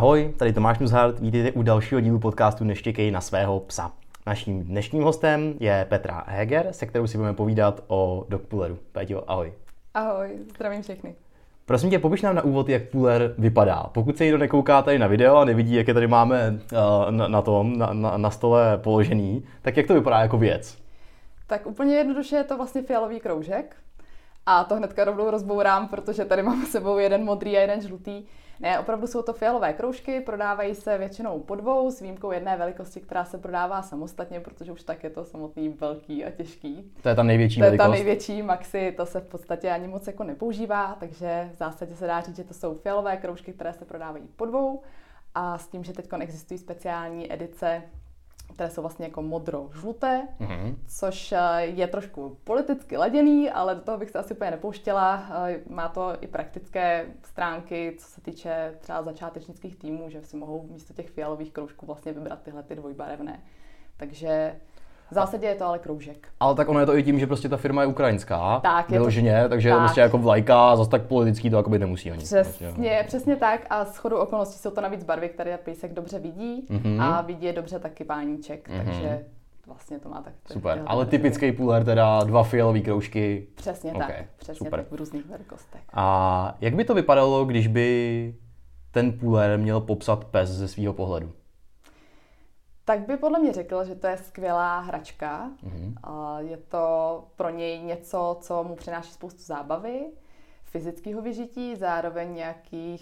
Ahoj, tady Tomáš Nuzhart, vítejte u dalšího dílu podcastu Neštěkej na svého psa. Naším dnešním hostem je Petra Heger, se kterou si budeme povídat o dogpooleru. Péťo, ahoj. Ahoj, zdravím všechny. Prosím tě, popiš nám na úvod, jak pooler vypadá. Pokud se někdo nekouká tady na video a nevidí, jak je tady máme na stole položený, tak jak to vypadá jako věc? Tak úplně jednoduše je to vlastně fialový kroužek. A to hnedka rovnou rozbourám, protože tady máme s sebou jeden modrý a jeden žlutý. Ne, opravdu jsou to fialové kroužky, prodávají se většinou po dvou, s výjimkou jedné velikosti, která se prodává samostatně, protože už tak je to samotný velký a těžký. To je ta největší velikost? To je ta největší maxi, to se v podstatě ani moc jako nepoužívá, takže v zásadě se dá říct, že to jsou fialové kroužky, které se prodávají po dvou. A s tím, že teď existují speciální edice, které jsou vlastně jako modro-žluté, což je trošku politicky laděný, ale do toho bych se asi úplně nepouštěla. Má to i praktické stránky, co se týče třeba začátečnických týmů, že si mohou místo těch fialových kroužků vlastně vybrat tyhle ty dvojbarevné. Takže v zásadě je to ale kroužek. Ale tak ono je to i tím, že prostě ta firma je ukrajinská, tak, vyloženě, takže tak. Prostě jako vlajka, zase tak politický to jakoby nemusí ani. Přesně tak a shodou okolností jsou to navíc barvy, které pejsek dobře vidí a vidí je dobře taky páníček, takže vlastně to má tak. Super, ale typický pooler teda dva fialový kroužky. Přesně tak, přesně tak v různých velikostech. A jak by to vypadalo, když by ten pooler měl popsat pes ze svého pohledu? Tak by podle mě řekl, že to je skvělá hračka. Je to pro něj něco, co mu přináší spoustu zábavy, fyzického vyžití, zároveň nějaké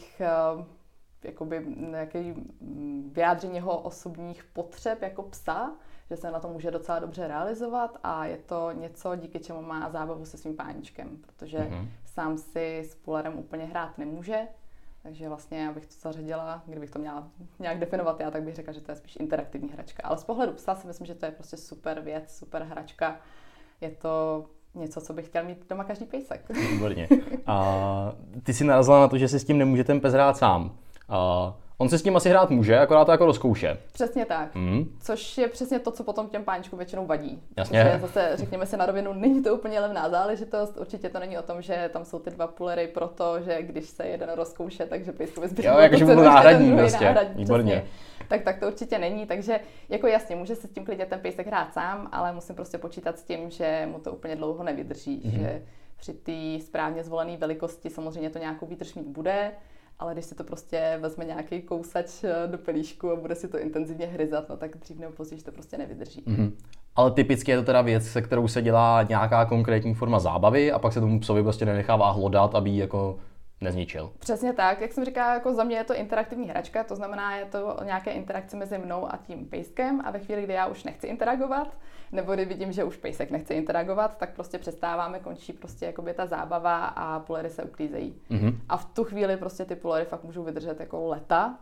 vyjádření jeho osobních potřeb jako psa, že se na to může docela dobře realizovat a je to něco, díky čemu má zábavu se svým páníčkem, protože sám si s poolerem úplně hrát nemůže. Takže vlastně, abych to zařadila, kdybych to měla nějak definovat já, tak bych řekla, že to je spíš interaktivní hračka. Ale z pohledu psa si myslím, že to je prostě super věc, super hračka. Je to něco, co by chtěl mít doma každý pejsek. Výborně. A ty jsi narazila na to, že si s tím nemůže ten pes hrát sám. On se s tím asi hrát může, akorát to jako rozkouše. Přesně tak. Což je přesně to, co potom těm páničkům většinou vadí. Jasně. Protože zase, řekněme si na rovinu, není to úplně levná záležitost. Určitě to není o tom, že tam jsou ty dva poolery proto, že když se jeden rozkouše, takže pejskovi zbyde. Jo, jakože byl náhradní prostě. Výborně. Tak to určitě není. Takže jako jasně, může se s tím klidně ten pejsek hrát sám, ale musím prostě počítat s tím, že mu to úplně dlouho nevydrží. Že při té správně zvolené velikosti samozřejmě to nějakou výdrž mít bude. Ale když si to prostě vezme nějaký kousač do pelíšku a bude si to intenzivně hryzat, no tak dřív nebo později to prostě nevydrží. Ale typicky je to teda věc, se kterou se dělá nějaká konkrétní forma zábavy a pak se tomu psovi prostě nenechává hlodat, aby ji jako nezničil. Přesně tak, jak jsem říkala, jako za mě je to interaktivní hračka, to znamená, je to nějaké interakce mezi mnou a tím pejskem a ve chvíli, kdy já už nechci interagovat, nebo kdy vidím, že už pejsek nechce interagovat, tak prostě přestáváme, končí prostě jakoby ta zábava a poolery se uklízejí. A v tu chvíli prostě ty poolery fakt můžou vydržet jako leta.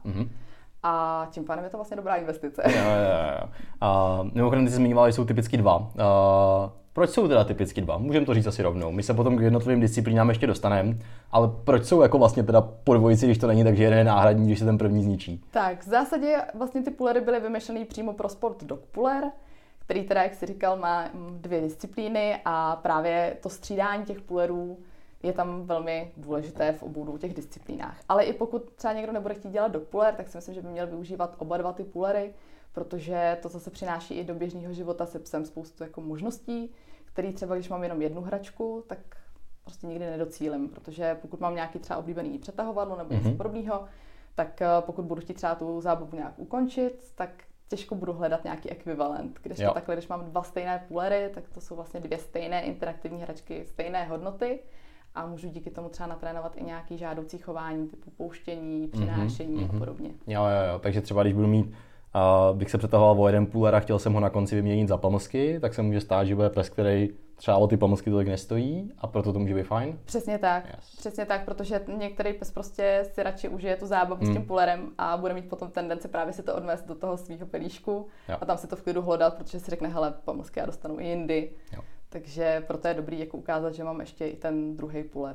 A tím pádem je to vlastně dobrá investice. Jo. Mimochodem, ty jsi zmiňovala, že jsou typicky dva. Proč jsou teda typicky dva? Můžeme to říct asi rovnou. My se potom k jednotlivým disciplínám ještě dostaneme, ale proč jsou jako vlastně teda po dvojici, když to není tak, že jeden je náhradní, když se ten první zničí? Tak, v zásadě vlastně ty poolery byly vymyšlený přímo pro sport dogpooler, který teda, jak jsi říkal, má dvě disciplíny a právě to střídání těch poolerů je tam velmi důležité v obou těch disciplínách. Ale i pokud třeba někdo nebude chtít dělat dogpooler, tak si myslím, že by měl využívat oba dva ty poolery, protože to zase přináší i do běžného života se psem spoustu jako možností, který třeba, když mám jenom jednu hračku, tak prostě nikdy nedocílím, protože pokud mám nějaký třeba oblíbený přetahovadlo nebo něco podobného, tak pokud budu chtít třeba tu zábavu nějak ukončit, tak těžko budu hledat nějaký ekvivalent. Když mám dva stejné poolery, tak to jsou vlastně dvě stejné interaktivní hračky, stejné hodnoty a můžu díky tomu třeba natrénovat i nějaký žádoucí chování typu pouštění, přinášení a podobně. Jo, takže třeba když budu mít bych se přetahoval o jeden pooler a chtěl jsem ho na konci vyměnit za pamlsky, tak se může stát, že bude pes, který třeba o ty pamlsky tolik nestojí a proto to může být fajn. Přesně tak, Přesně tak, protože některý pes prostě si radši užije tu zábavu s tím poolerem a bude mít potom tendenci právě si to odvést do toho svého pelíšku a tam si to v klidu hlodat, protože si řekne, hele, pamlsky já dostanu i jindy. Jo. Takže proto je dobrý jako ukázat, že mám ještě i ten druhý pooler.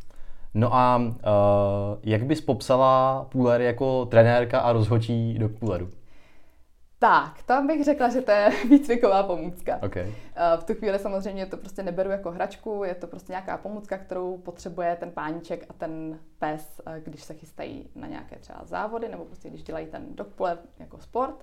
No a jak bys popsala pooler jako trenérka a rozhodčí dogpooleru? Tak, tam bych řekla, že to je výcviková pomůcka. Okay. V tu chvíli samozřejmě to prostě neberu jako hračku, je to prostě nějaká pomůcka, kterou potřebuje ten páníček a ten pes, když se chystají na nějaké třeba závody, nebo prostě když dělají ten dog puller jako sport.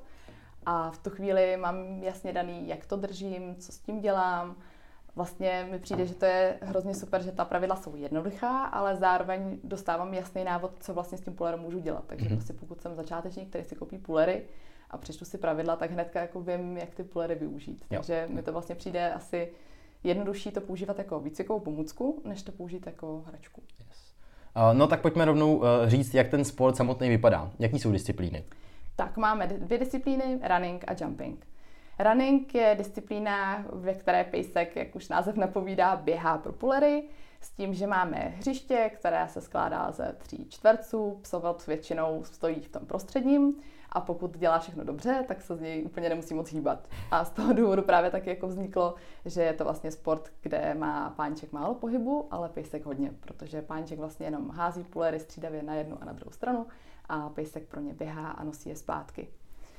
A v tu chvíli mám jasně daný, jak to držím, co s tím dělám. Vlastně mi přijde, že to je hrozně super, že ta pravidla jsou jednoduchá, ale zároveň dostávám jasný návod, co vlastně s tím pullerem můžu dělat. Takže prostě pokud jsem začátečník, který si koupí pullery a přečtu si pravidla, tak hnedka jako vím, jak ty pullery využít. Jo. Takže mi to vlastně přijde asi jednodušší to používat jako výcvikovou pomůcku, než to použít jako hračku. Yes. No tak pojďme rovnou říct, jak ten sport samotný vypadá. Jaký jsou disciplíny? Tak máme 2 disciplíny, running a jumping. Running je disciplína, ve které pejsek, jak už název napovídá, běhá pro pullery, s tím, že máme hřiště, které se skládá ze 3 čtverců, psovat většinou stojí v tom prostředním a pokud dělá všechno dobře, tak se z něj úplně nemusí moc hýbat. A z toho důvodu právě taky jako vzniklo, že je to vlastně sport, kde má páníček málo pohybu, ale pejsek hodně, protože páníček vlastně jenom hází pullery střídavě na jednu a na druhou stranu a pejsek pro ně běhá a nosí je zpátky.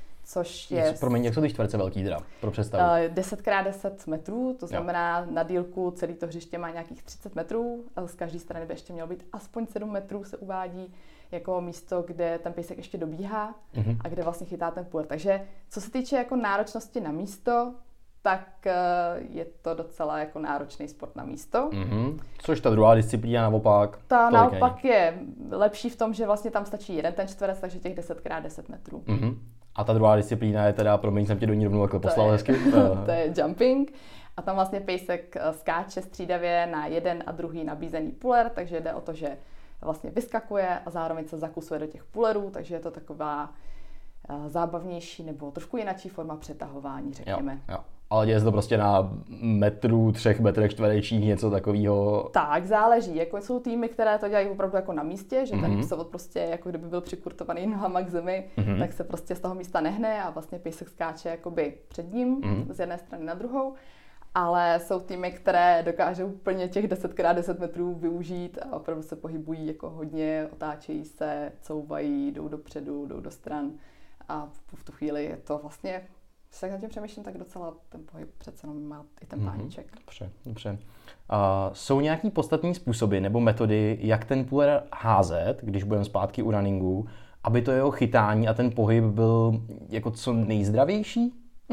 Což je... Promiň, jak jsou ty čtverce velký teda, pro představu? 10x10 metrů, to znamená na dílku celé to hřiště má nějakých 30 metrů a z každé strany by ještě mělo být aspoň 7 metrů, se uvádí jako místo, kde ten pejsek ještě dobíhá a kde vlastně chytá ten puller. Takže co se týče jako náročnosti na místo, tak je to docela jako náročný sport na místo. Což ta druhá disciplína naopak? Ta naopak je lepší v tom, že vlastně tam stačí jeden ten čtverec, takže těch 10x10 metrů. A ta druhá disciplína je teda, promiň, jsem tě do ní rovnou takhle poslal hezky. To je jumping. A tam vlastně pejsek skáče střídavě na jeden a druhý nabízený puller, takže jde o to, že vlastně vyskakuje a zároveň se zakusuje do těch pullerů, takže je to taková zábavnější nebo trošku jináčí forma přetahování, řekněme. Jo. Ale děje se to prostě na metru, 3 metrech čtverečních, něco takového. Tak, záleží. Jako jsou týmy, které to dělají opravdu jako na místě, že ten psovod prostě jako kdyby byl přikurtovaný nohama k zemi, tak se prostě z toho místa nehne a vlastně pejsek skáče jakoby před ním z jedné strany na druhou. Ale jsou týmy, které dokážou úplně těch 10x10 metrů využít a opravdu se pohybují jako hodně, otáčejí se, couvají, jdou dopředu, jdou do stran a v tu chvíli je to vlastně, když se nad tím přemýšlím, tak docela ten pohyb přece jenom má i ten páníček. Dobře. Jsou nějaký podstatný způsoby nebo metody, jak ten puller házet, když budeme zpátky u runningu, aby to jeho chytání a ten pohyb byl jako co nejzdravější?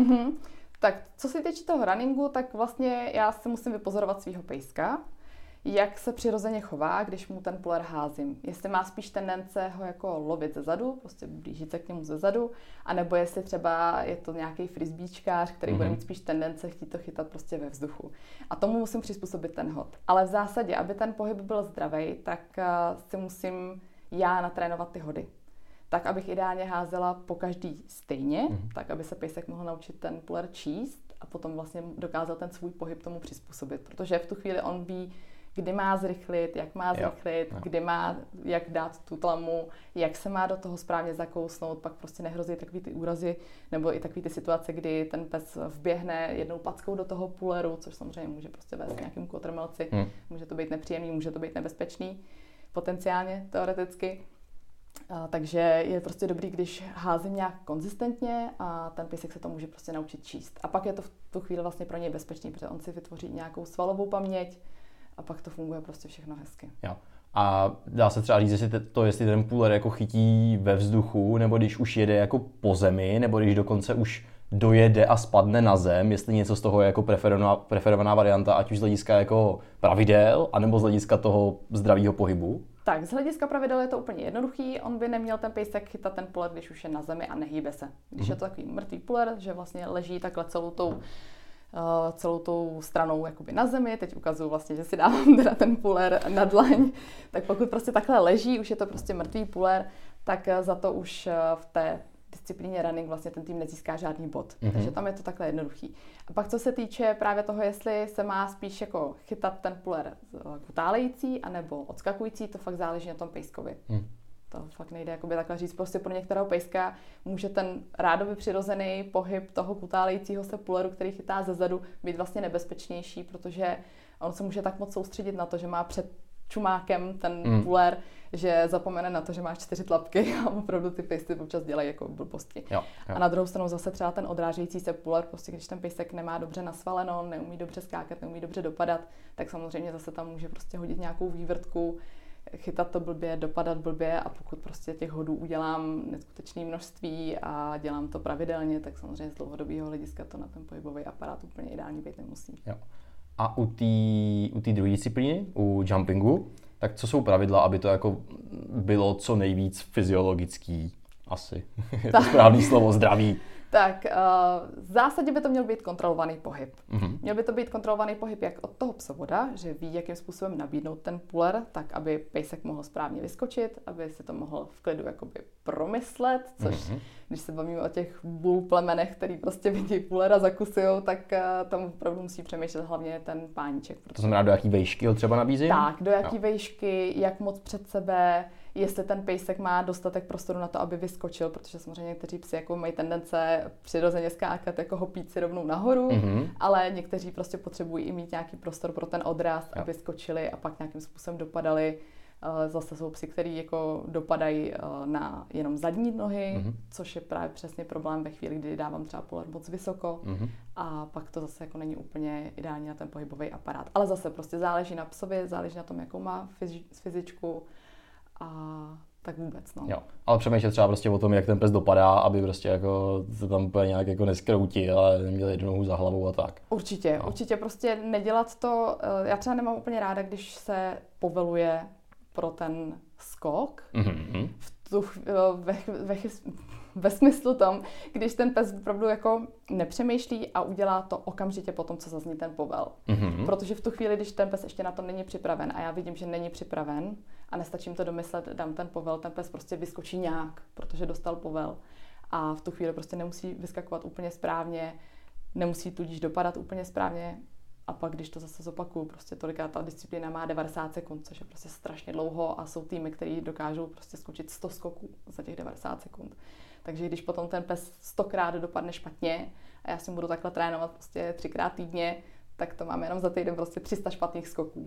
Tak co se týče toho runningu, tak vlastně já si musím vypozorovat svého pejska, jak se přirozeně chová, když mu ten puller házím. Jestli má spíš tendence ho jako lovit zezadu, prostě blížit se k němu zezadu, anebo jestli třeba je to nějaký frisbeečkář, který bude mít spíš tendence chtít to chytat prostě ve vzduchu. A tomu musím přizpůsobit ten hod. Ale v zásadě, aby ten pohyb byl zdravý, tak si musím já natrénovat ty hody. Tak, abych ideálně házela po každý stejně, tak, aby se pejsek mohl naučit ten puller číst a potom vlastně dokázal ten svůj pohyb tomu přizpůsobit. Protože v tu chvíli on ví, kdy má zrychlit, jak má zrychlit, kdy má jak dát tu tlamu, jak se má do toho správně zakousnout, pak prostě nehrozí takový ty úrazy, nebo i takový ty situace, kdy ten pes vběhne jednou packou do toho pulleru, což samozřejmě může prostě vést k nějakému kotrmelci. Může to být nepříjemný, může to být nebezpečný, potenciálně, teoreticky. Takže je prostě dobrý, když házím nějak konzistentně a ten pejsek se to může prostě naučit číst. A pak je to v tu chvíli vlastně pro něj bezpečný, protože on si vytvoří nějakou svalovou paměť a pak to funguje prostě všechno hezky. Jo. A dá se třeba říct, jestli ten puller jako chytí ve vzduchu, nebo když už jede jako po zemi, nebo když dokonce už dojede a spadne na zem, jestli něco z toho je jako preferovaná varianta, ať už z hlediska jako pravidel, anebo z hlediska toho zdravého pohybu? Tak, z hlediska pravidel je to úplně jednoduchý. On by neměl ten pejsek chytat ten puller, když už je na zemi a nehýbe se. Když je to takový mrtvý puller, že vlastně leží takhle celou tou stranou jakoby na zemi, teď ukazuju vlastně, že si dávám teda ten puller na dlaň, tak pokud prostě takhle leží, už je to prostě mrtvý puller, tak za to už v té disciplíně running vlastně ten tým nezíská žádný bod. Takže tam je to takhle jednoduchý. A pak co se týče právě toho, jestli se má spíš jako chytat ten puller kutálející anebo odskakující, to fakt záleží na tom pejskovi. To fakt nejde jakoby takhle říct. Prostě pro některého pejska může ten rádoby přirozený pohyb toho kutálejícího se pulleru, který chytá zezadu, být vlastně nebezpečnější, protože on se může tak moc soustředit na to, že má před čumákem ten puler, že zapomene na to, že máš 4 tlapky a opravdu ty pejsci občas dělají jako blbosti. Jo. A na druhou stranu zase třeba ten odrážející se puler, prostě když ten pejsek nemá dobře nasvaleno, neumí dobře skákat, neumí dobře dopadat, tak samozřejmě zase tam může prostě hodit nějakou vývrtku, chytat to blbě, dopadat blbě a pokud prostě těch hodů udělám neskutečné množství a dělám to pravidelně, tak samozřejmě z dlouhodobého hlediska to na ten pohybový aparát úplně ideální být nemusí. Jo. A u té druhé disciplíny, u jumpingu, tak co jsou pravidla, aby to jako bylo co nejvíc fyziologický? Asi. Je to správný slovo, zdravý. Tak v zásadě by to měl být kontrolovaný pohyb. Měl by to být kontrolovaný pohyb jak od toho psovoda, že ví, jakým způsobem nabídnout ten puler, tak aby pejsek mohl správně vyskočit, aby si to mohl v klidu jakoby promyslet, což když se bavíme o těch bull plemenech, který prostě vidí pulera, zakusujou, tak tam opravdu musí přemýšlet hlavně ten páníček. To znamená, do jaký vejšky ho třeba nabízí? Tak, do jaký vejšky, jak moc před sebe, jestli ten pejsek má dostatek prostoru na to, aby vyskočil, protože samozřejmě někteří psi jako mají tendence přirozeně skákat jako hopíci rovnou nahoru, ale někteří prostě potřebují i mít nějaký prostor pro ten odraz, aby skočili a pak nějakým způsobem dopadali. Zase jsou psi, kteří jako dopadají na jenom zadní nohy, což je právě přesně problém ve chvíli, kdy dávám třeba puler moc vysoko a pak to zase jako není úplně ideální na ten pohybový aparát. Ale zase prostě záleží na psovi, záleží na tom, jakou má fyzičku a tak vůbec, no. Jo, ale přemýšlet třeba prostě o tom, jak ten pes dopadá, aby prostě jako se tam úplně nějak jako neskroutil, ale neměl jednu nohu za hlavou a tak. Určitě, určitě prostě nedělat to, já třeba nemám úplně ráda, když se poveluje pro ten skok, ve smyslu tom, když ten pes opravdu jako nepřemýšlí a udělá to okamžitě po tom, co zazní ten povel. Protože v tu chvíli, když ten pes ještě na to není připraven a já vidím, že není připraven a nestačím to domyslet, dám ten povel, ten pes prostě vyskočí nějak, protože dostal povel. A v tu chvíli prostě nemusí vyskakovat úplně správně, nemusí tudíž dopadat úplně správně. A pak, když to zase zopakuju, prostě tolikrát ta disciplína má 90 sekund, což je prostě strašně dlouho a jsou týmy, který dokážou prostě skočit 100 skoků za těch 90 sekund. Takže když potom ten pes 100krát dopadne špatně a já si budu takhle trénovat prostě 3krát týdně, tak to máme jenom za týden prostě 300 špatných skoků.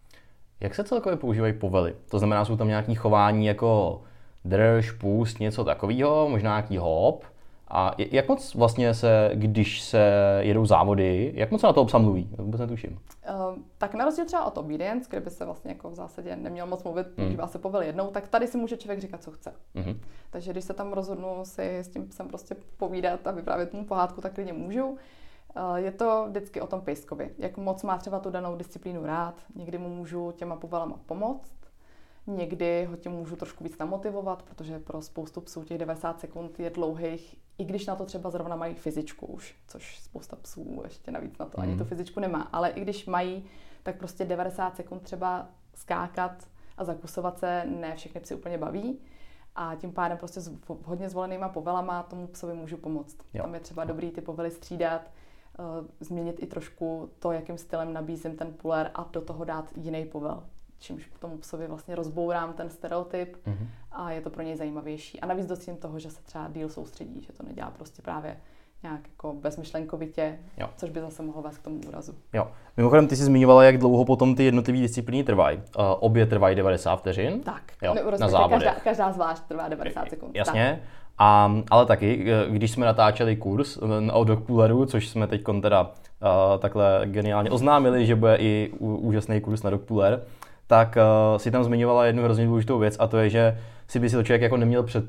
Jak se celkově používají povely? To znamená, jsou tam nějaké chování jako drž, pust, něco takového, možná nějaký hop? A jak moc vlastně když se jedou závody, jak moc se na to psa mluví? Já vůbec netuším. Tak na rozdíl třeba od obedience, kde by se vlastně jako v zásadě neměl moc mluvit, používá se povel jednou, tak tady si může člověk říkat, co chce. Takže když se tam rozhodnu si s tím psem prostě povídat a vyprávět mu pohádku, tak klidně můžu. Je to vždycky o tom pejskovi, jak moc má třeba tu danou disciplínu rád. Někdy mu můžu těma povelama pomoct, někdy ho tím můžu trošku víc namotivovat, protože pro spoustu psů těch 90 sekund je dlouhých, i když na to třeba zrovna mají fyzičku už, což spousta psů ještě navíc na to ani tu fyzičku nemá. Ale i když mají, tak prostě 90 sekund třeba skákat a zakusovat se ne všechny psy úplně baví. A tím pádem prostě s hodně zvolenýma povelama tomu psovi můžu pomoct. Jo. Tam je třeba dobrý ty povely střídat, změnit i trošku to, jakým stylem nabízím ten puler a do toho dát jiný povel. Čímž tomu psovi vlastně rozbourám ten stereotyp a je to pro něj zajímavější. A navíc docím toho, že se třeba díl soustředí, že to nedělá prostě právě nějak jako bezmyšlenkovitě, což by zase mohlo vést k tomu úrazu. Jo. Mimochodem, ty jsi zmiňovala, jak dlouho potom ty jednotlivé disciplíny trvají. Obě trvají 90 vteřin. Tak, jo, na závodech. Každá zvlášť trvá 90 sekund. Jasně. Ale taky, když jsme natáčeli kurz o dogpooleru, což jsme teď teda takhle geniálně oznámili, že bude i úžasný kurz na dogpooler, tak si tam zmiňovala jednu hrozně důležitou věc a to je, že si by si to člověk jako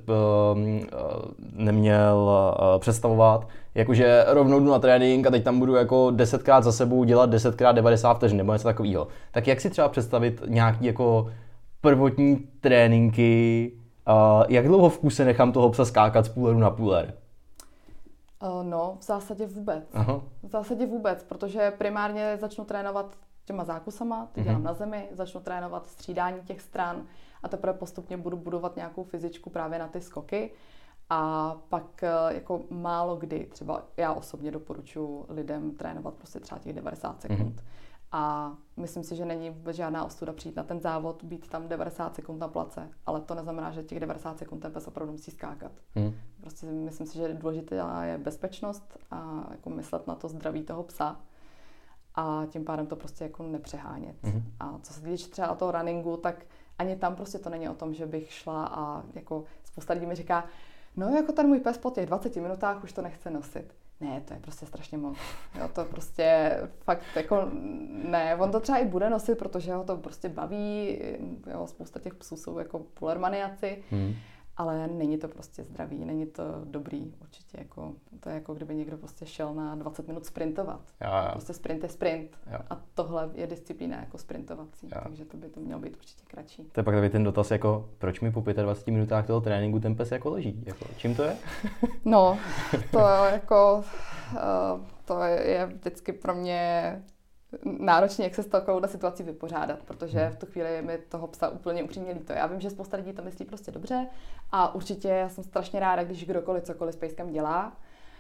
neměl představovat, jakože rovnou jdu na trénink a teď tam budu jako 10krát za sebou dělat 10x 90 vteřin nebo něco takového. Tak jak si třeba představit nějaký jako prvotní tréninky, jak dlouho v kuse nechám toho psa skákat z pooleru na pooler? No, v zásadě vůbec. Aha. V zásadě vůbec, protože primárně začnu trénovat těma zákusama, ty dělám na zemi, začnu trénovat střídání těch stran a teprve postupně budu budovat nějakou fyzičku právě na ty skoky. A pak jako málo kdy, třeba já osobně doporučuji lidem trénovat prostě třeba těch 90 sekund. A myslím si, že není vůbec žádná ostuda přijít na ten závod, být tam 90 sekund na place, ale to neznamená, že těch 90 sekund ten pes opravdu musí skákat. Prostě myslím si, že důležitá je bezpečnost a jako myslet na to zdraví toho psa. a tím pádem to prostě jako nepřehánět. A co se týče třeba toho runningu, tak ani tam prostě to není o tom, že bych šla a jako spousta lidí mi říká, no jako ten můj pes po těch 20 minutách už to nechce nosit. Ne, to je prostě strašně moc. Jo, to prostě fakt jako ne, on to třeba i bude nosit, protože ho to prostě baví, jo, spousta těch psů jsou jako pulermaniaci, ale není to prostě zdravý, není to dobrý určitě, jako, to je jako kdyby někdo prostě šel na 20 minut sprintovat. Jo. Prostě sprint je sprint Jo. a tohle je disciplína jako sprintovací, takže to by to mělo být určitě kratší. To je pak takový ten dotaz, jako proč mi po 25 minutách toho tréninku ten pes jako leží, jako, čím to je? No, to jako, to je vždycky pro mě náročně, jak se s takovou situací vypořádat, protože v tu chvíli je mi toho psa úplně upřímně líto. Já vím, že spousta lidí to myslí prostě dobře a určitě já jsem strašně ráda, když kdokoliv cokoliv s pejskem dělá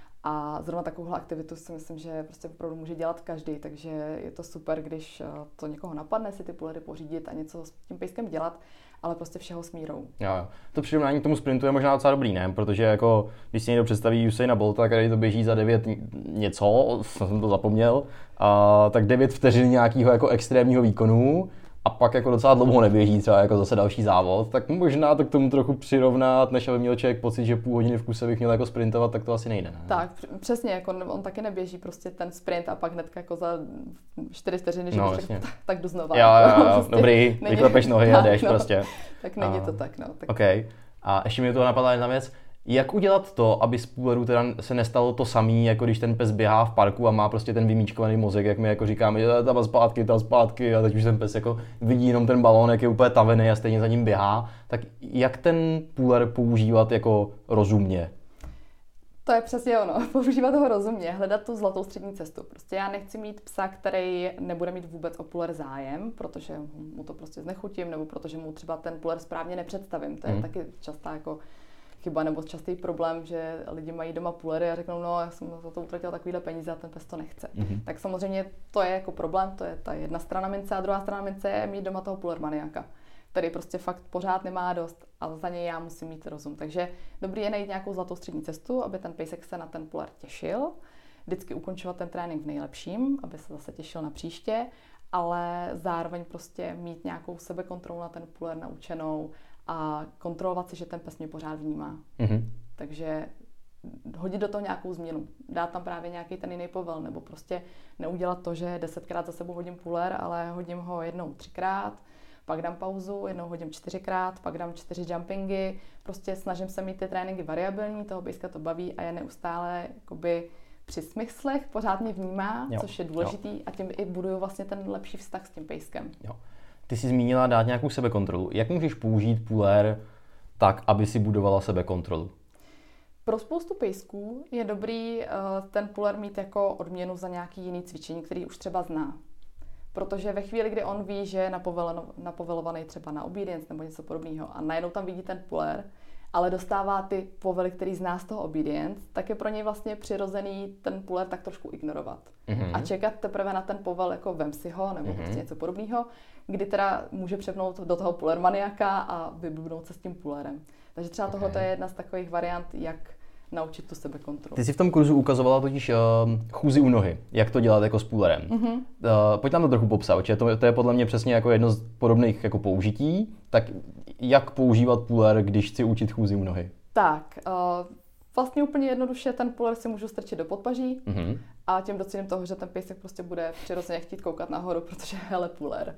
a zrovna takovouhle aktivitu si myslím, že prostě opravdu může dělat každý, takže je to super, když to někoho napadne si ty pulery pořídit a něco s tím pejskem dělat, ale prostě všeho s mírou. Jo. To přirovnání k tomu sprintu je možná docela dobrý, ne? Protože jako, když si někdo představí Usaina Bolta, který to běží za 9 něco, jsem to zapomněl, tak 9 vteřin nějakého jako extrémního výkonu a pak jako docela dlouho neběží třeba jako zase další závod, tak možná to k tomu trochu přirovnat, než aby měl člověk pocit, že půl hodiny v kuse bych měl jako sprintovat, tak to asi nejde, ne? Tak, přesně, jako on taky neběží prostě ten sprint a pak hnedka jako za 4 vteřiny, že tak jdu znova. Jo, prostě dobrý, vyklepeš nohy a jdeš prostě. Tak není to tak, no. Tak. OK. A ještě mi toho napadla jedna věc. Jak udělat to, aby z půleru teda se nestalo to samý, jako když ten pes běhá v parku a má prostě ten vymíčkovaný mozek, jak my jako říkáme, tam zpátky a teď už ten pes jako vidí jenom ten balón, jak je úplně tavený a stejně za ním běhá. Tak jak ten půler používat jako rozumně? To je přesně ono, používat ho rozumně, hledat tu zlatou střední cestu. Prostě já nechci mít psa, který nebude mít vůbec o puler zájem, protože mu to prostě znechutím, nebo protože mu třeba ten puler správně nepředstavím. To je taky častá jako chyba nebo častý problém, že lidi mají doma pulery a řeknou, no já jsem za to utratil takovýhle peníze a ten pes to nechce. Tak samozřejmě to je jako problém, to je ta jedna strana mince a druhá strana mince je mít doma toho pulermaniaka, který prostě fakt pořád nemá dost a za něj já musím mít rozum. Takže dobrý je najít nějakou zlatou střední cestu, aby ten pejsek se na ten puler těšil, vždycky ukončovat ten trénink v nejlepším, aby se zase těšil na příště, ale zároveň prostě mít nějakou sebekontrolu na ten puler naučenou a kontrolovat si, že ten pes mě pořád vnímá. Takže hodit do toho nějakou změnu, dát tam právě nějaký ten jiný povel, nebo prostě neudělat to, že 10krát za sebou hodím puler, ale hodím ho jednou 3krát, pak dám pauzu, jednou hodím 4krát, pak dám 4 jumpingy, prostě snažím se mít ty tréninky variabilní, toho pejska to baví a je neustále jakoby při smyslech, pořád mě vnímá, což je důležitý a tím i buduju vlastně ten lepší vztah s tím pejskem. Jo. Ty jsi zmínila dát nějakou sebekontrolu. Jak můžeš použít puler tak, aby si budovala sebekontrolu? Pro spoustu pejsků je dobrý ten puler mít jako odměnu za nějaký jiný cvičení, který už třeba zná. Protože ve chvíli, kdy on ví, že je napovelovaný třeba na obedience nebo něco podobného a najednou tam vidí ten puler, ale dostává ty povely, který zná z toho obedience, tak je pro něj vlastně přirozený ten puler tak trošku ignorovat. A čekat teprve na ten povel, jako vem si ho, nebo prostě něco podobného, kdy teda může přepnout do toho pulermaniaka a vyblbnout se s tím pulerem. Takže třeba tohle je jedna z takových variant, jak naučit tu sebekontrolu. Ty jsi v tom kurzu ukazovala totiž chůzi u nohy, jak to dělat jako s půlerem. Pojď nám to trochu popsat, protože to je podle mě přesně jako jedno z podobných jako použití. Tak jak používat půler, když chci učit chůzi u nohy? Tak, vlastně úplně jednoduše ten puler si můžu strčit do podpaží a tím docílím toho, že ten pejsek prostě bude přirozeně chtít koukat nahoru, protože hele puler.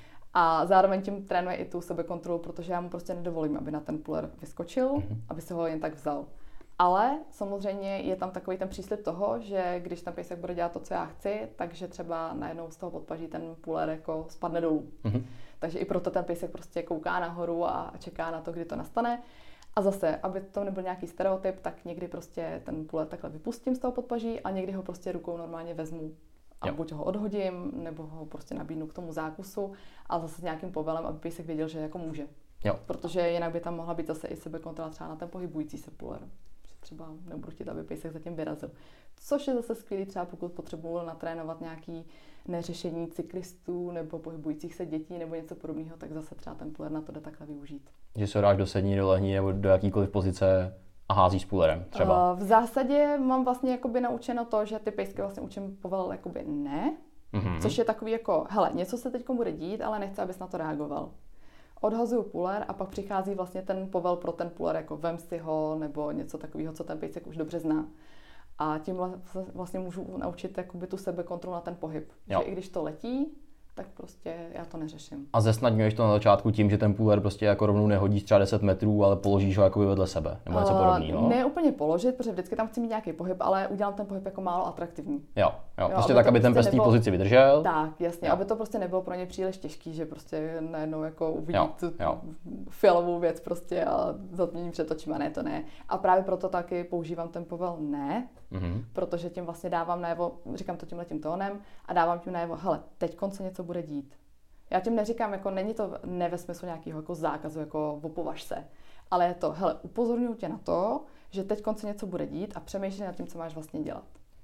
A zároveň tím trénuje i tu sebekontrolu, protože já mu prostě nedovolím, aby na ten puler vyskočil, aby se ho jen tak vzal. Ale samozřejmě je tam takový ten příslib toho, že když ten pejsek bude dělat to, co já chci, takže třeba najednou z toho podpaží ten puler jako spadne dolů. Takže i proto ten pejsek prostě kouká nahoru a čeká na to, kdy to nastane. A zase, aby to nebyl nějaký stereotyp, tak někdy prostě ten puler takhle vypustím z toho podpaží a někdy ho prostě rukou normálně vezmu. A buď ho odhodím, nebo ho prostě nabídnu k tomu zákusu a zase s nějakým povelem, aby pejsek věděl, že jako může. Protože jinak by tam mohla být zase i sebekontrola třeba na ten pohybující se puler. Třeba nebudu chtít, aby pejsek zatím vyrazil. Což je zase skvělý třeba, pokud potřebuji natrénovat nějaký neřešení cyklistů nebo pohybujících se dětí nebo něco podobného, tak zase třeba ten puler na to jde takhle využít. Že se ho dáš do sední, do lehní nebo do jakýkoliv pozice a házíš s pulerem třeba? V zásadě mám vlastně jakoby naučeno to, že ty pejsky vlastně učím povel jakoby ne, Což je takový jako, hele, něco se teď bude dít, ale nechci, abys na to reagoval. Odhazuju puller a pak přichází vlastně ten povel pro ten puller, jako vem si ho, nebo něco takového, co ten pejsek už dobře zná. A tím vlastně můžu naučit jakoby tu sebekontrolu na ten pohyb. Jo. Že i když to letí, tak prostě já to neřeším. A zesnadňuješ to na začátku tím, že ten puller prostě jako rovnou nehodíš třeba 10 metrů, ale položíš ho jako vedle sebe, nebo něco podobného. Ne úplně položit, protože vždycky tam chci mít nějaký pohyb, ale udělám ten pohyb jako málo atraktivní. Jo, prostě tak, aby ten pes v té pozici vydržel. Tak, jasně, aby to prostě nebylo pro ně příliš těžký, že prostě najednou jako uvidí tu fialovou věc prostě a zatmění před očima, ne, to ne. A právě proto taky používám ten povel ne, protože tím vlastně dávám najevo, říkám to tímhletím tónem a dávám tím najevo, hele, teď konce něco bude dít. Já tím neříkám, jako není to ne ve smyslu nějakého jako zákazu, jako opovaž se, ale je to, hele, upozorňuji tě na to, že teď konce něco bude dít a přemýšlej nad tím, co máš vlastně dělat.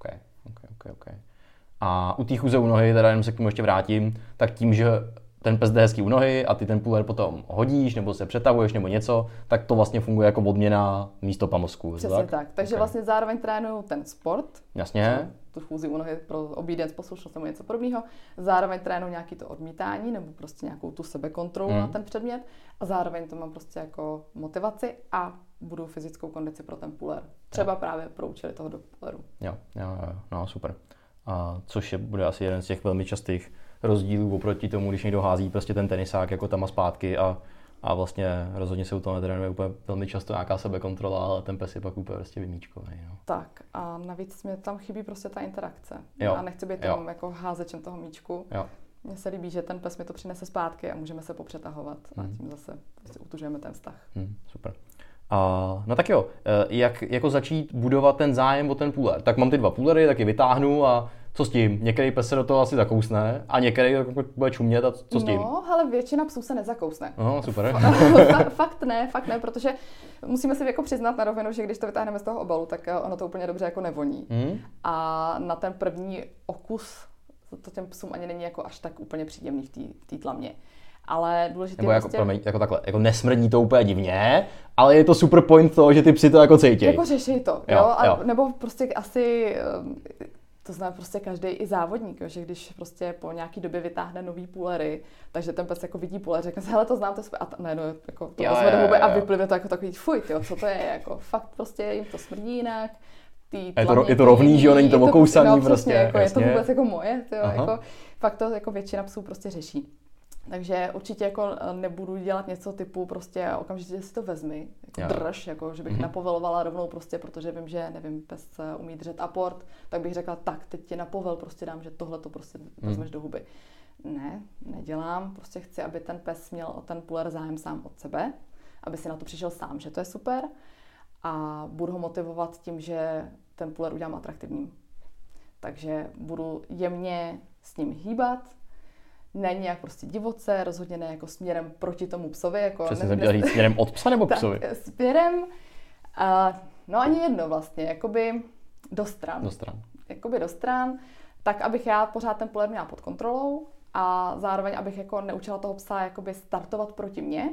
Okay. A u té chůze u nohy, teda jenom se k tomu ještě vrátím, tak tím, že ten pes jde hezky u nohy a ty ten puller potom hodíš nebo se přetahuješ nebo něco, tak to vlastně funguje jako odměna místo pamozku. Přesně tak. Takže vlastně zároveň trénuju ten sport. Jasně. Tu chůzi u nohy pro obedience, poslušnost nebo něco podobného. Zároveň trénuju nějaký to odmítání nebo prostě nějakou tu sebekontrolu na ten předmět a zároveň to mám prostě jako motivaci a budu fyzickou kondici pro ten puller. Třeba právě pro účely toho dog pulleru. Jo, no super. A což bude asi jeden z těch velmi častých rozdílů oproti tomu, když někdo hází prostě ten tenisák jako tam a zpátky a vlastně rozhodně se u toho netrénuje úplně velmi často nějaká sebekontrola, ale ten pes je pak úplně prostě vymíčkový. No. Tak a navíc mě tam chybí prostě ta interakce. Jo. Já nechci být tam jako házečem toho míčku. Jo. Mně se líbí, že ten pes mi to přinese zpátky a můžeme se popřetahovat a tím zase prostě utužujeme ten vztah. Super. No tak jo, jak jako začít budovat ten zájem o ten puller? Tak mám ty 2 pullery, tak je vytáhnu a co s tím? Některý pes se do toho asi zakousne a některý bude čumět a co s tím? No, ale většina psů se nezakousne. No, super. Fakt ne, protože musíme si jako přiznat na rovinu, že když to vytáhneme z toho obalu, tak ono to úplně dobře jako nevoní. A na ten první okus to těm psům ani není jako až tak úplně příjemný v té tlamě. Ale důležité nebo jako, prostě... jako takhle, jako nesmrdí to úplně divně, ale je to super point toho, že ty psi to jako cítějí. Jako řešej to, jo? Nebo prostě asi, to zná prostě každý i závodník, jo? Že když prostě po nějaký době vytáhne nový pullery, takže ten pes jako vidí puller, řekne si, hele, to znám, to je a najednou jako to vezme do huby a vyplive to jako takový, fuj, tyjo, co to je, jako fakt prostě jim to smrdí jinak. Je to rovný, že jo, není to okousaný no, prostě. Jako, je to vůbec jako moje, tyjo, jako, fakt to jako většina psů prostě řeší. Takže určitě jako nebudu dělat něco typu prostě okamžitě si to vezmi, jako drž, jako že bych napovelovala rovnou prostě, protože vím, že nevím, pes umí držet aport, tak bych řekla, tak teď ti na povel prostě dám, že tohle to prostě vezmeš do huby. Ne, nedělám, prostě chci, aby ten pes měl o ten puller zájem sám od sebe, aby si na to přišel sám, že to je super a budu ho motivovat tím, že ten puller udělám atraktivním. Takže budu jemně s ním hýbat, ne nějak prostě divoce, rozhodně ne jako směrem proti tomu psovi. Jako přesně jsem chtěla říct směrem od psa nebo k psovi? Směrem, no ani jedno vlastně, jakoby do stran. Jakoby do stran, tak abych já pořád ten puller měla pod kontrolou a zároveň abych jako neučila toho psa jakoby startovat proti mně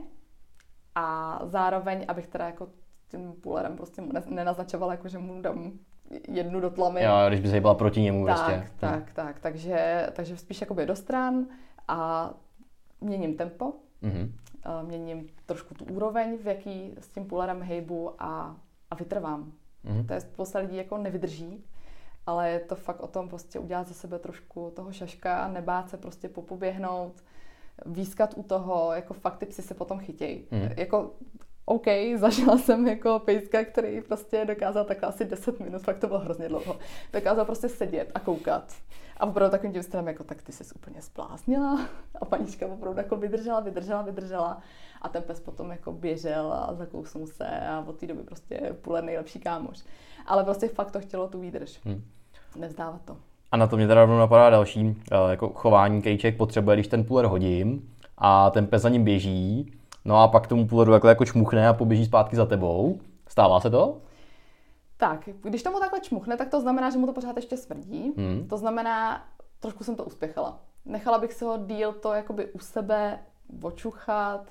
a zároveň abych teda jako tím pullerem prostě mu nenaznačovala, jako že mu dám jednu do tlamy. Jo, když by se byla proti němu prostě. Tak. Takže spíš jakoby do stran a měním tempo, měním trošku tu úroveň, v jaký s tím pullerem hejbu a vytrvám. To je spousta lidí jako nevydrží, ale je to fakt o tom prostě udělat ze sebe trošku toho šaška, nebát se prostě popoběhnout, výskat u toho, jako fakt ty psi se potom chytějí. Jako OK, zažila jsem jako pejska, který prostě dokázal takhle asi 10 minut, fakt to bylo hrozně dlouho, dokázal prostě sedět a koukat. A opravdu takovým tím stylem, jako tak ty jsi úplně zbláznila. A panička opravdu jako vydržela. A ten pes potom jako běžel a zakousnul se a od té doby prostě puller nejlepší kámoš. Ale prostě fakt to chtělo tu výdrž. Nevzdávat to. A na to mě teda rovnou napadá další, jako chování kejček potřebuje, když ten puller hodím a ten pes za ním běží, no a pak tomu pulleru takhle jako čmuchne a poběží zpátky za tebou. Stává se to? Tak, když tomu takhle čmuchne, tak to znamená, že mu to pořád ještě smrdí. To znamená, trošku jsem to uspěchala. Nechala bych si ho díl to jakoby u sebe očuchat,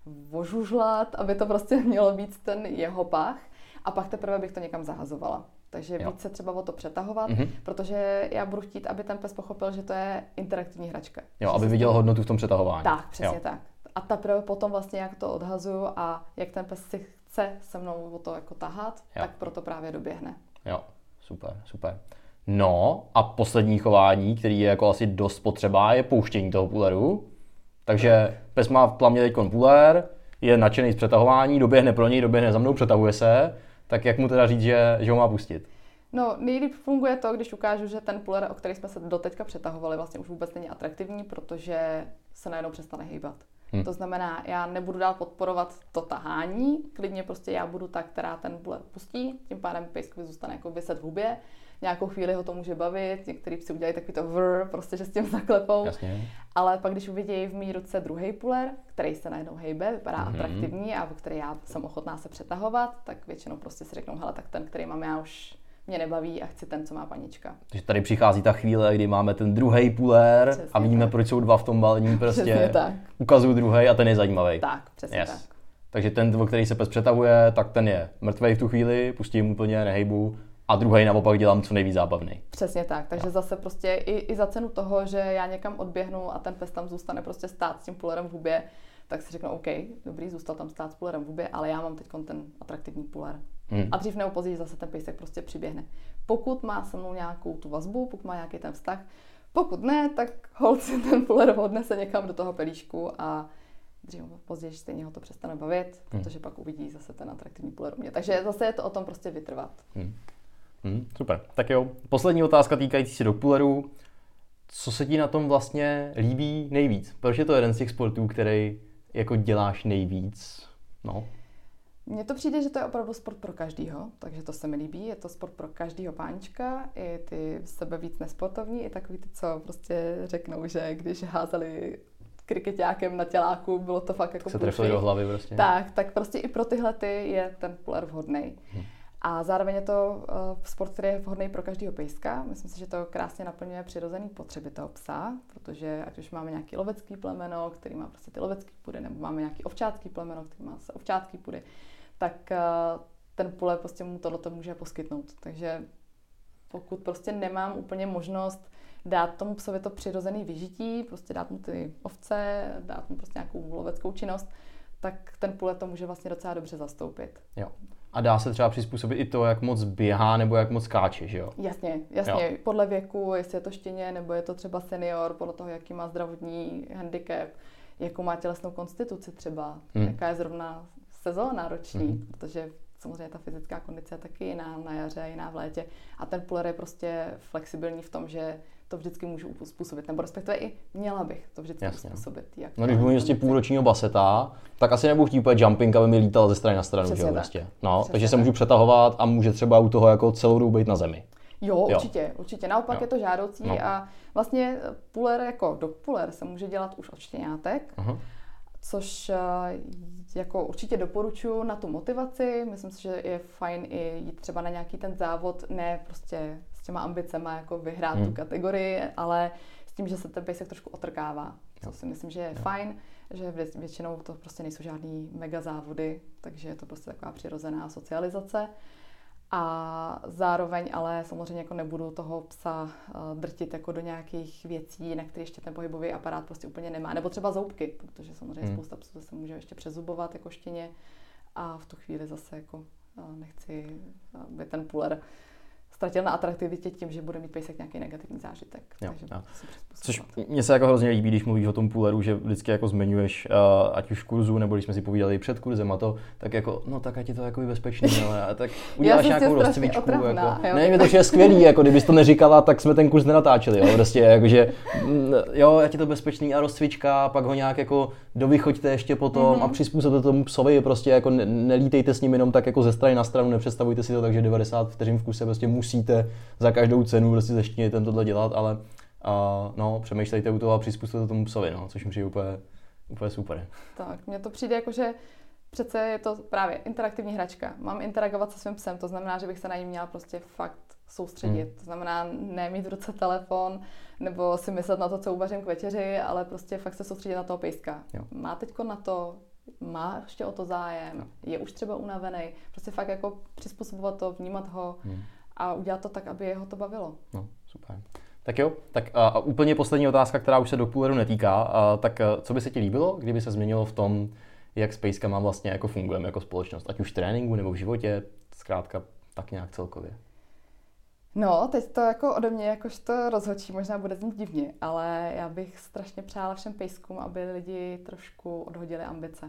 ožužlat, aby to prostě mělo víc ten jeho pach. A pak teprve bych to někam zahazovala. Takže víc se třeba o to přetahovat, protože já budu chtít, aby ten pes pochopil, že to je interaktivní hračka. Jo, aby viděl hodnotu v tom přetahování. Tak, přesně tak. A teprve potom vlastně, jak to odhazuju a jak ten pes si chce se mnou o to jako tahat, tak proto právě doběhne. Jo, super. No a poslední chování, který je jako asi dost potřeba, je pouštění toho půleru. Takže pes má v tlamě teďkon půler, je nadšený z přetahování, doběhne pro něj, doběhne za mnou, přetahuje se. Tak jak mu teda říct, že ho má pustit? No, nejlíp funguje to, když ukážu, že ten půler, o který jsme se doteďka přetahovali, vlastně už vůbec není atraktivní, protože se najednou přestane hýbat. To znamená, já nebudu dál podporovat to tahání, klidně prostě já budu ta, která ten půler pustí, tím pádem pejskovi zůstane jako viset v hubě, nějakou chvíli ho to může bavit, některý si udělají takový to prostě, že s tím zaklepou. Jasně. Ale pak, když uvidí v mý ruce druhý půler, který se najednou hejbe, vypadá atraktivní a o který já jsem ochotná se přetahovat, tak většinou prostě si řeknou, hele, tak ten, který mám já, už mě nebaví a chci ten, co má panička. Takže tady přichází ta chvíle, kdy máme ten druhý půler a vidíme, proč jsou dva v tom balení, prostě ukazuju druhý a ten je zajímavý. Tak, přesně tak. Takže ten, o který se pes přetahuje, tak ten je mrtvej v tu chvíli, pustím úplně, nehejbu. A druhý naopak dělám co nejvíc zábavný. Přesně tak, takže zase prostě i za cenu toho, že já někam odběhnu a ten pes tam zůstane prostě stát s tím půlerem v hubě, tak si řeknu, OK, dobrý, zůstal tam stát s půlerem v hubě, ale já mám teď ten atraktivní půler. A dřív nebo později zase ten pejsek prostě přiběhne. Pokud má se mnou nějakou tu vazbu, pokud má nějaký ten vztah, pokud ne, tak holt si ten půler odnese někam do toho pelíšku a dřív nebo později stejně ho to přestane bavit, protože pak uvidí zase ten atraktivní půler u mě. Takže zase je to o tom prostě vytrvat. Super, tak jo. Poslední otázka týkající se dogpoolerů. Co se ti na tom vlastně líbí nejvíc? Proč je to jeden z těch sportů, který jako děláš nejvíc? No. Mně to přijde, že to je opravdu sport pro každýho, takže to se mi líbí. Je to sport pro každýho pánička, i ty sebe víc nesportovní, i takový ty, co prostě řeknou, že když házeli krikeťákem na těláku, bylo to fakt jako se trefili do hlavy prostě. Tak prostě i pro tyhle ty je ten půler vhodný. A zároveň je to sport, který je vhodný pro každého pejska. Myslím si, že to krásně naplňuje přirozené potřeby toho psa, protože ať už máme nějaký lovecký plemeno, který má prostě ty lovecký pudy, nebo máme nějaký ovčácký plemeno, který má se ovčácký pudy, tak ten půler prostě mu tohleto může poskytnout. Takže pokud prostě nemám úplně možnost dát tomu psovi to přirozené vyžití, prostě dát mu ty ovce, dát mu prostě nějakou loveckou činnost, tak ten půler to může vlastně docela dobře zastoupit. Jo. A dá se třeba přizpůsobit i to, jak moc běhá nebo jak moc skáče, že jo? Jasně. Jo. Podle věku, jestli je to štěně nebo je to třeba senior, podle toho, jaký má zdravotní handicap, jakou má tělesnou konstituci třeba, jaká je zrovna sezóna roční, protože samozřejmě ta fyzická kondice je taky jiná na jaře, jiná v létě. A ten půler je prostě flexibilní v tom, že to vždycky můžu způsobit, nebo respektive i měla bych to vždycky způsobit. No když budu prostě půlročního baseta, tak asi nebudu chtít úplně jumping, aby mi lítal ze strany na stranu, že jo, prostě. No, takže se můžu přetahovat a může třeba u toho jako celou dobu být na zemi. Jo, určitě. Naopak je to žádoucí a vlastně půler jako dog půler se může dělat už od štěňátek, což jako určitě doporučuji na tu motivaci. Myslím si, že je fajn i jít třeba na nějaký ten závod, ne prostě s těma ambicema jako vyhrát tu kategorii, ale s tím, že se ten pejsek trošku otrkává. Co si myslím, že je fajn, že většinou to prostě nejsou žádný mega závody, takže je to prostě taková přirozená socializace. A zároveň ale samozřejmě jako nebudu toho psa drtit jako do nějakých věcí, na které ještě ten pohybový aparát prostě úplně nemá. Nebo třeba zoubky, protože samozřejmě spousta psů se může ještě přezubovat jako štěně a v tu chvíli zase jako nechci, aby ten půler ztratil na atraktivitě tím, že bude mít pejsek nějaký negativní zážitek. Takže což mně se jako hrozně líbí, když mluvíš o tom půleru, že vždycky jako zmiňuješ, ať už v kurzu, nebo když jsme si povídali před kurzem a to, tak jako, no tak ať je to jako bezpečný, ale tak uděláš nějakou rozcvičku. Jako, ne, mě to je skvělý, jako kdybys to neříkala, tak jsme ten kurz nenatáčeli, jo, prostě jakože, jo, ať je to bezpečný a rozcvička, pak ho nějak jako dovychoďte ještě potom a přizpůsobte tomu psovi, prostě jako nelítejte s ním jenom tak jako ze strany na stranu, nepředstavujte si to tak, že 90 vteřin v kuse prostě musíte za každou cenu prostě ze štěnětem tohle dělat, ale no, přemýšlejte u toho a přizpůsobte tomu psovi, no, což mi přijde úplně super. Tak, mně to přijde jako, že přece je to právě interaktivní hračka. Mám interagovat se svým psem, to znamená, že bych se na ní měla prostě fakt soustředit. To znamená nemít v ruce telefon nebo si myslet na to, co uvařím k večeři, ale prostě fakt se soustředit na toho pejska. Jo. Má teďko na to, má ještě o to zájem, je už třeba unavený, prostě fakt jako přizpůsobovat to, vnímat ho a udělat to tak, aby jeho to bavilo. No, super. Tak jo, tak a úplně poslední otázka, která už se dogpooleru netýká, tak co by se ti líbilo, kdyby se změnilo v tom, jak Spacecama vlastně jako fungujeme jako společnost, ať už v tréninku nebo v životě, zkrátka tak nějak celkově. No, teď to jako ode mě jakožto rozhodčí možná bude znít divně, ale já bych strašně přála všem pejskům, aby lidi trošku odhodili ambice.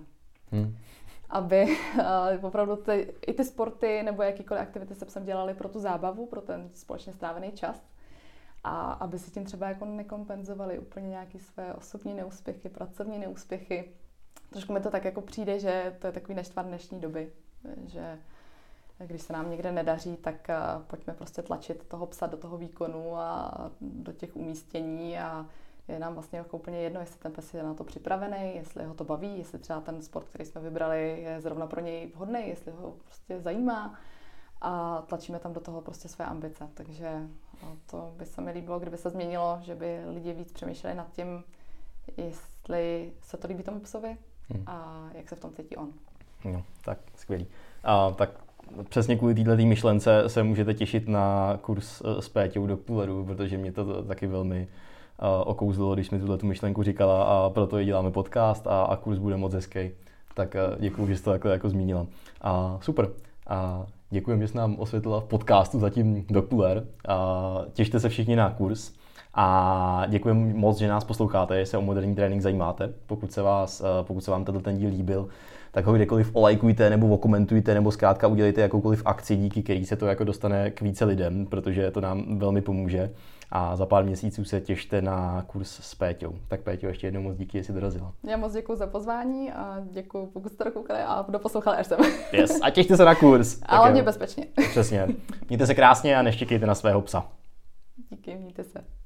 Aby opravdu i ty sporty nebo jakýkoliv aktivity se psem dělali pro tu zábavu, pro ten společně strávený čas. A aby si tím třeba jako nekompenzovali úplně nějaké své osobní neúspěchy, pracovní neúspěchy. Trošku mi to tak jako přijde, že to je takový neštvar dnešní doby, že když se nám někde nedaří, tak pojďme prostě tlačit toho psa do toho výkonu a do těch umístění a je nám vlastně jako úplně jedno, jestli ten pes je na to připravený, jestli ho to baví, jestli třeba ten sport, který jsme vybrali, je zrovna pro něj vhodný, jestli ho prostě zajímá a tlačíme tam do toho prostě své ambice. Takže to by se mi líbilo, kdyby se změnilo, že by lidi víc přemýšleli nad tím, jestli se to líbí tomu psovi a jak se v tom cítí on. No, tak skvělý. Tak přesně kvůli této myšlence se můžete těšit na kurz s Péťou dogpooleru, protože mě to taky velmi okouzlilo, když mi tu myšlenku říkala a proto i děláme podcast a kurz bude moc hezký. Tak děkuju, že jsi to takhle jako zmínila. Super. Děkuji, že jsi nám osvětlila v podcastu zatím dogpooler. Těšte se všichni na kurz a děkuji moc, že nás posloucháte, že se o moderní trénink zajímáte. Pokud se vám ten díl líbil, tak ho kdekoliv olajkujte nebo okomentujte nebo zkrátka udělejte jakoukoliv akci, díky který se to jako dostane k více lidem, protože to nám velmi pomůže. A za pár měsíců se těšte na kurz s Péťou. Tak Péťo, ještě jednou moc díky, že jsi dorazila. Já moc děkuji za pozvání a děkuji, pokud jste to koukali a doposlouchali až sem. Yes, a těšte se na kurz. A hlavně bezpečně. Přesně. Mějte se krásně a neštěkejte na svého psa. Díky, mějte se.